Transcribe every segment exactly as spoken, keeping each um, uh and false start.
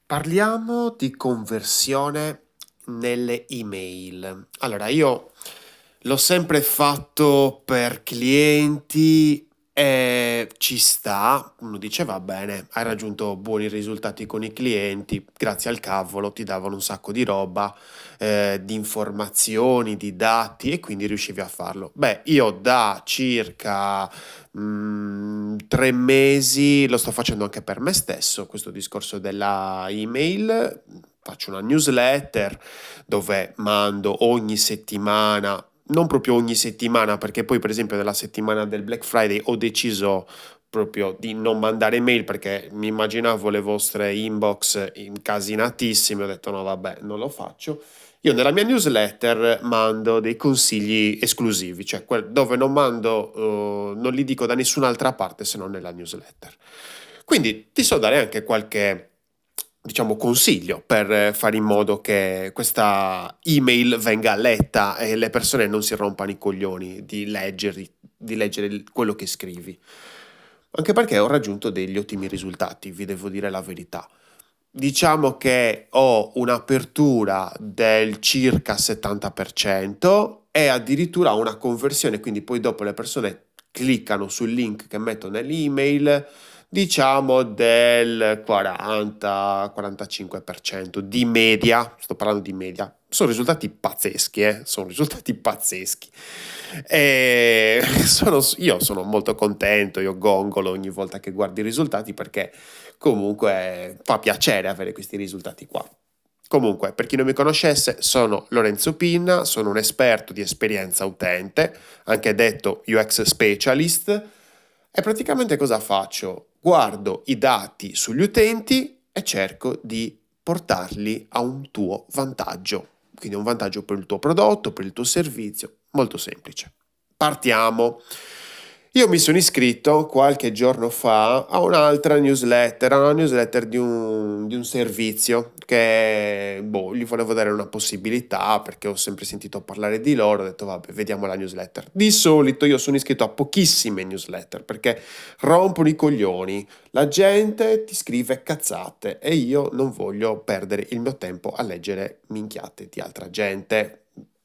Parliamo di conversione nelle email. Allora, io l'ho sempre fatto per clienti e ci sta. Uno dice, va bene, hai raggiunto buoni risultati con i clienti, grazie al cavolo ti davano un sacco di roba, eh, di informazioni, di dati e quindi riuscivi a farlo. Beh, io da circa mm, tre mesi lo sto facendo anche per me stesso, questo discorso della email. Faccio una newsletter dove mando ogni settimana, non proprio ogni settimana, perché poi per esempio nella settimana del Black Friday ho deciso proprio di non mandare mail perché mi immaginavo le vostre inbox incasinatissime, ho detto no vabbè, non lo faccio. Io nella mia newsletter mando dei consigli esclusivi, cioè quel- dove non mando, eh, non li dico da nessun'altra parte se non nella newsletter. Quindi ti so dare anche qualche, diciamo, consiglio per eh, fare in modo che questa email venga letta e le persone non si rompano i coglioni di leggere, di leggere il- quello che scrivi. Anche perché ho raggiunto degli ottimi risultati, vi devo dire la verità. Diciamo che ho un'apertura del circa settanta per cento e addirittura una conversione, quindi poi dopo le persone cliccano sul link che metto nell'email, diciamo del quaranta-quarantacinque per cento di media, sto parlando di media. Sono risultati pazzeschi, eh? Sono risultati pazzeschi. E sono- io sono molto contento, io gongolo ogni volta che guardo i risultati perché comunque fa piacere avere questi risultati qua. Comunque, per chi non mi conoscesse, sono Lorenzo Pinna, sono un esperto di esperienza utente, anche detto U X specialist, e praticamente cosa faccio? Guardo i dati sugli utenti e cerco di portarli a un tuo vantaggio. Quindi un vantaggio per il tuo prodotto, per il tuo servizio, molto semplice. Partiamo. Io mi sono iscritto qualche giorno fa a un'altra newsletter, a una newsletter di un, di un servizio che, boh, gli volevo dare una possibilità perché ho sempre sentito parlare di loro, ho detto vabbè, vediamo la newsletter. Di solito io sono iscritto a pochissime newsletter perché rompono i coglioni, la gente ti scrive cazzate e io non voglio perdere il mio tempo a leggere minchiate di altra gente,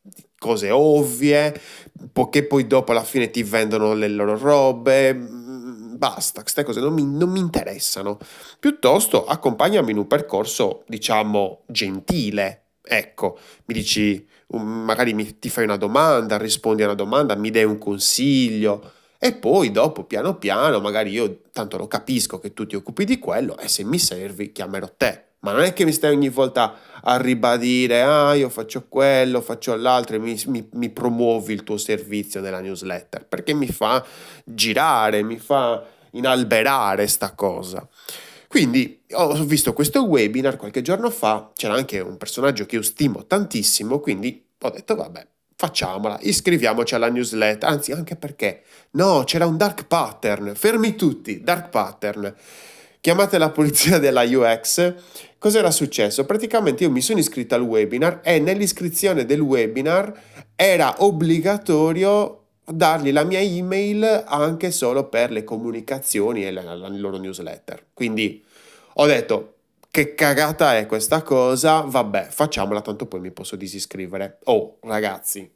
cose ovvie, po- che poi dopo alla fine ti vendono le loro robe. mm, Basta, queste cose non mi, non mi interessano. Piuttosto accompagnami in un percorso, diciamo, gentile. Ecco, mi dici, um, magari mi- ti fai una domanda, rispondi a una domanda, mi dai un consiglio. E poi dopo, piano piano, magari io tanto lo capisco che tu ti occupi di quello e se mi servi chiamerò te. Ma non è che mi stai ogni volta a ribadire, ah, io faccio quello, faccio l'altro e mi, mi- mi promuovi il tuo servizio nella newsletter, perché mi fa girare, mi fa inalberare sta cosa. Quindi ho visto questo webinar qualche giorno fa, c'era anche un personaggio che io stimo tantissimo, quindi ho detto, vabbè, facciamola, iscriviamoci alla newsletter, anzi anche perché, no, c'era un dark pattern, fermi tutti, dark pattern. Chiamate la polizia della U X. Cos'era successo? Praticamente io mi sono iscritto al webinar e nell'iscrizione del webinar era obbligatorio dargli la mia email anche solo per le comunicazioni e la, la loro newsletter. Quindi ho detto, che cagata è questa cosa? Vabbè, facciamola, tanto poi mi posso disiscrivere. Oh, ragazzi,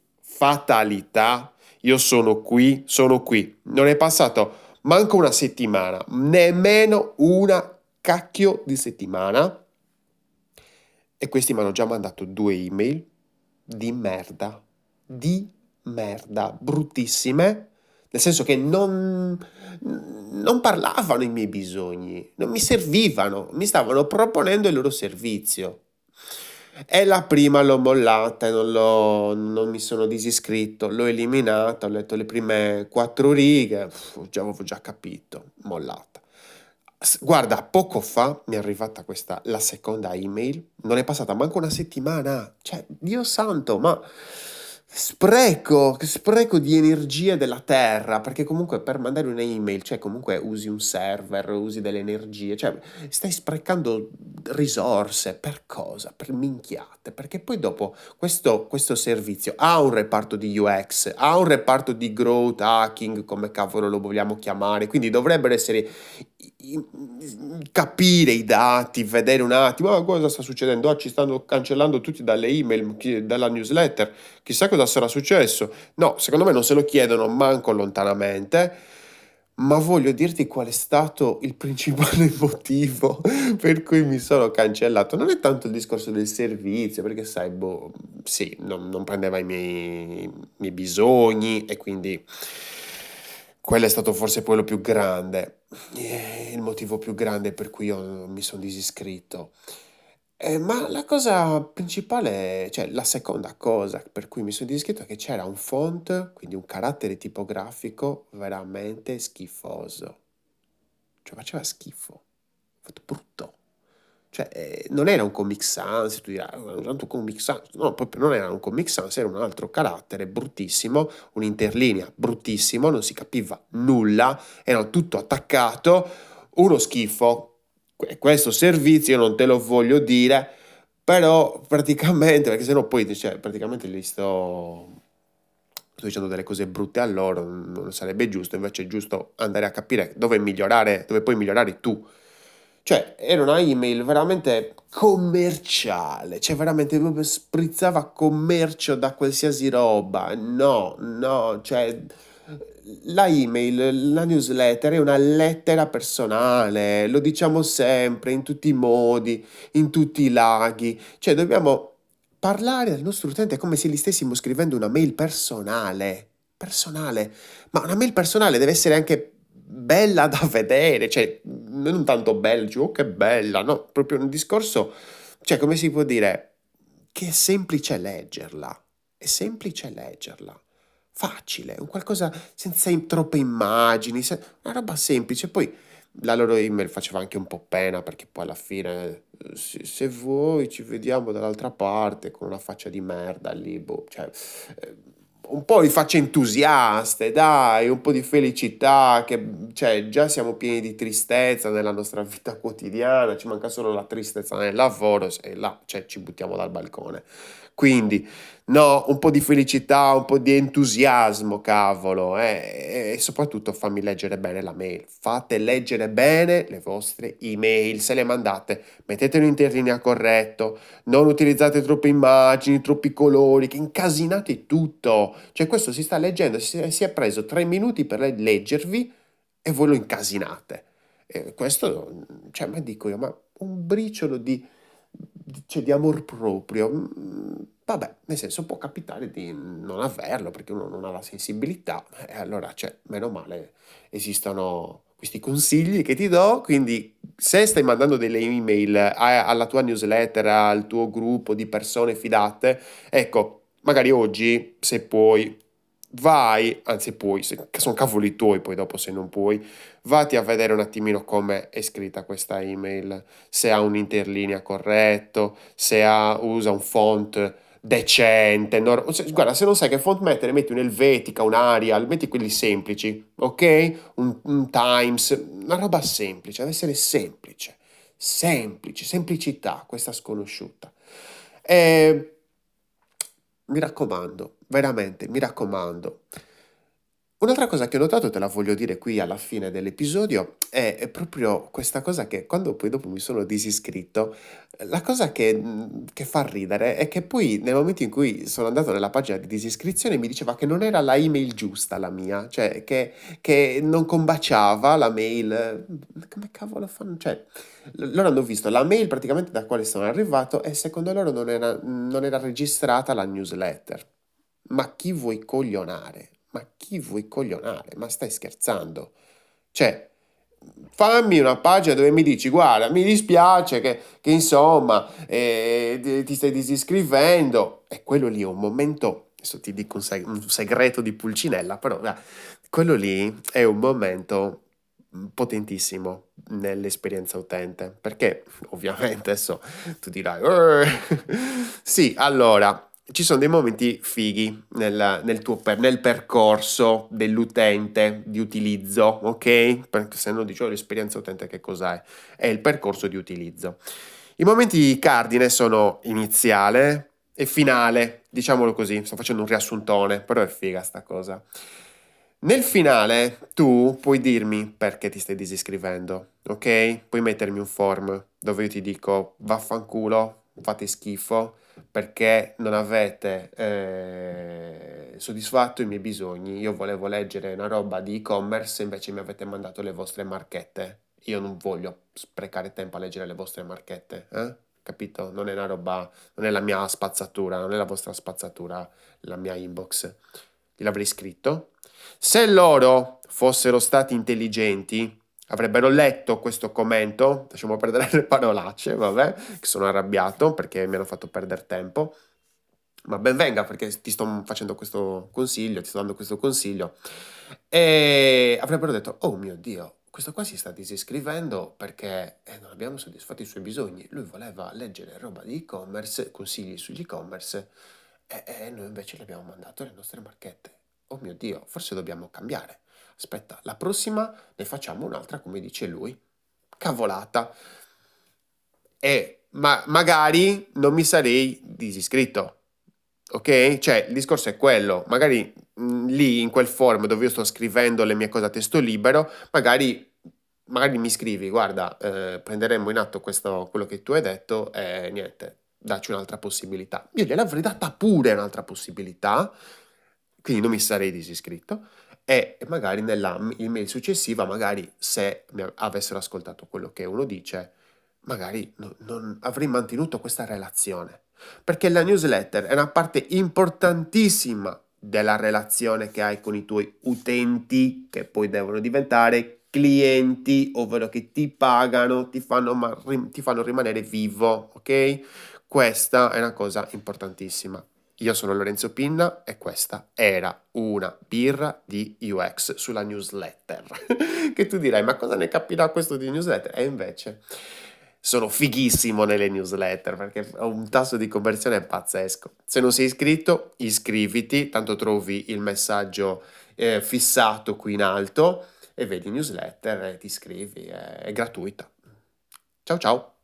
fatalità, io sono qui, sono qui. Non è passato manco una settimana, nemmeno una cacchio di settimana e questi mi hanno già mandato due email di merda, di merda, bruttissime, nel senso che non, non parlavano i miei bisogni, non mi servivano, mi stavano proponendo il loro servizio. E la prima l'ho mollata e non, l'ho- non mi sono disiscritto, l'ho eliminata, ho letto le prime quattro righe, uff, già avevo già capito, mollata. S- Guarda, poco fa mi è arrivata questa, la seconda email, non è passata manco una settimana, cioè, Dio santo, ma spreco, che spreco di energie della terra, perché comunque per mandare un'email, cioè comunque usi un server, usi delle energie, cioè stai sprecando risorse, per cosa? Per minchiate, perché poi dopo questo, questo servizio ha un reparto di U X, ha un reparto di growth hacking, come cavolo lo vogliamo chiamare, quindi dovrebbero essere capire i dati, vedere un attimo ah, cosa sta succedendo, ah, ci stanno cancellando tutti dalle email, dalla newsletter, chissà cosa sarà successo. No, secondo me non se lo chiedono manco lontanamente. Ma voglio dirti qual è stato il principale motivo per cui mi sono cancellato. Non è tanto il discorso del servizio, perché sai, boh, sì, non, non prendeva i miei, i miei bisogni e quindi quello è stato forse quello più grande, eh, il motivo più grande per cui io mi sono disiscritto. Eh, ma la cosa principale, cioè la seconda cosa per cui mi sono disiscritto è che c'era un font, quindi un carattere tipografico veramente schifoso. Cioè faceva schifo, fatto brutto. Cioè, eh, non era un Comic Sans, tu dirai, "Ah, ho usato un Comic Sans". No, proprio non era un Comic Sans, era un altro carattere bruttissimo, un'interlinea bruttissimo, non si capiva nulla, era tutto attaccato, uno schifo. Que- Questo servizio non te lo voglio dire, però praticamente, perché sennò poi cioè, praticamente li sto, sto dicendo delle cose brutte a loro, non sarebbe giusto, invece è giusto andare a capire dove migliorare, dove puoi migliorare tu. Cioè, era una email veramente commerciale, cioè veramente proprio sprizzava commercio da qualsiasi roba. No, no, cioè la email, la newsletter è una lettera personale, lo diciamo sempre, in tutti i modi, in tutti i laghi. Cioè, dobbiamo parlare al nostro utente come se gli stessimo scrivendo una mail personale. Personale. Ma una mail personale deve essere anche bella da vedere, cioè non tanto bella, dici, oh che bella, no, proprio un discorso, cioè come si può dire, che è semplice leggerla, è semplice leggerla, facile, un qualcosa senza im- troppe immagini, se- una roba semplice, poi la loro email faceva anche un po' pena perché poi alla fine, eh, se, se vuoi ci vediamo dall'altra parte con una faccia di merda lì, boh, cioè, eh, un po' di facce entusiaste, dai, un po' di felicità, che cioè, già siamo pieni di tristezza nella nostra vita quotidiana, ci manca solo la tristezza nel lavoro e là, cioè, ci buttiamo dal balcone. Quindi, no, un po' di felicità, un po' di entusiasmo, cavolo, eh, e soprattutto fammi leggere bene la mail. Fate leggere bene le vostre email, se le mandate, mettetelo in interlinea corretto, non utilizzate troppe immagini, troppi colori, che incasinate tutto. Cioè questo si sta leggendo, si è, si è preso tre minuti per le- leggervi e voi lo incasinate. E questo, cioè, ma dico io, ma un briciolo di, di- cioè, di amor proprio, mm, vabbè, nel senso può capitare di non averlo perché uno non ha la sensibilità e allora, cioè, meno male esistono questi consigli che ti do, quindi se stai mandando delle email a- alla tua newsletter, al tuo gruppo di persone fidate, ecco, magari oggi, se puoi, vai, anzi puoi, se, che sono cavoli tuoi poi dopo se non puoi, vatti a vedere un attimino come è scritta questa email, se ha un interlinea corretto, se ha, usa un font decente, nor- se- guarda, se non sai che font mettere, metti un Helvetica, un Arial, metti quelli semplici, ok? Un, un Times, una roba semplice, deve essere semplice, semplice, semplicità, questa sconosciuta. E mi raccomando, veramente, mi raccomando. Un'altra cosa che ho notato, te la voglio dire qui alla fine dell'episodio, è, è proprio questa cosa che quando poi dopo mi sono disiscritto, la cosa che, mh, che fa ridere è che poi nel momento in cui sono andato nella pagina di disiscrizione mi diceva che non era la email giusta la mia, cioè che, che non combaciava la mail. Come cavolo fanno? Cioè, l- loro hanno visto la mail praticamente da quale sono arrivato e secondo loro non era, non era registrata la newsletter. Ma chi vuoi coglionare? Ma chi vuoi coglionare? Ma stai scherzando? Cioè, fammi una pagina dove mi dici, guarda, mi dispiace che, che, insomma eh, ti ti stai disiscrivendo. E quello lì è un momento, adesso ti dico un, seg- un segreto di Pulcinella, però eh, quello lì è un momento mm, potentissimo nell'esperienza utente, perché ovviamente adesso tu dirai, "Eh". Sì, allora, ci sono dei momenti fighi nel, nel tuo per- nel percorso dell'utente di utilizzo, ok? Perché se no dicevo l'esperienza utente che cos'è? È il percorso di utilizzo. I momenti cardine sono iniziale e finale, diciamolo così, sto facendo un riassuntone, però è figa sta cosa. Nel finale tu puoi dirmi perché ti stai disiscrivendo, ok? Puoi mettermi un form dove io ti dico vaffanculo, fate schifo, perché non avete eh, soddisfatto i miei bisogni. Io volevo leggere una roba di e-commerce, invece mi avete mandato le vostre marchette. Io non voglio sprecare tempo a leggere le vostre marchette, eh? Capito? Non è una roba, non è la mia spazzatura, non è la vostra spazzatura, la mia inbox. Gliel'avrei scritto. Se loro fossero stati intelligenti, avrebbero letto questo commento, lasciamo perdere le parolacce, vabbè, che sono arrabbiato perché mi hanno fatto perdere tempo, ma ben venga perché ti sto facendo questo consiglio, ti sto dando questo consiglio, e avrebbero detto, oh mio Dio, questo qua si sta disiscrivendo perché eh, non abbiamo soddisfatto i suoi bisogni, lui voleva leggere roba di e-commerce, consigli sugli e-commerce, e, e noi invece le abbiamo mandato le nostre marchette. Oh mio Dio, forse dobbiamo cambiare. Aspetta, la prossima ne facciamo un'altra come dice lui. Cavolata. E ma magari non mi sarei disiscritto. Ok? Cioè, il discorso è quello. Magari mh, lì in quel forum dove io sto scrivendo le mie cose a testo libero, magari, magari mi scrivi, guarda, eh, prenderemmo in atto questo, quello che tu hai detto e niente, dacci un'altra possibilità. Io gliel'avrei data pure un'altra possibilità, quindi non mi sarei disiscritto e magari nella email successiva, magari se mi avessero ascoltato quello che uno dice, magari no- non avrei mantenuto questa relazione. Perché la newsletter è una parte importantissima della relazione che hai con i tuoi utenti, che poi devono diventare clienti, ovvero che ti pagano, ti fanno, ma- rim- ti fanno rimanere vivo, ok? Questa è una cosa importantissima. Io sono Lorenzo Pinna e questa era una birra di U X sulla newsletter. Che tu dirai, ma cosa ne capirà questo di newsletter? E invece sono fighissimo nelle newsletter perché ho un tasso di conversione pazzesco. Se non sei iscritto, iscriviti, tanto trovi il messaggio eh, fissato qui in alto e vedi newsletter e ti iscrivi, è, è gratuita. Ciao ciao!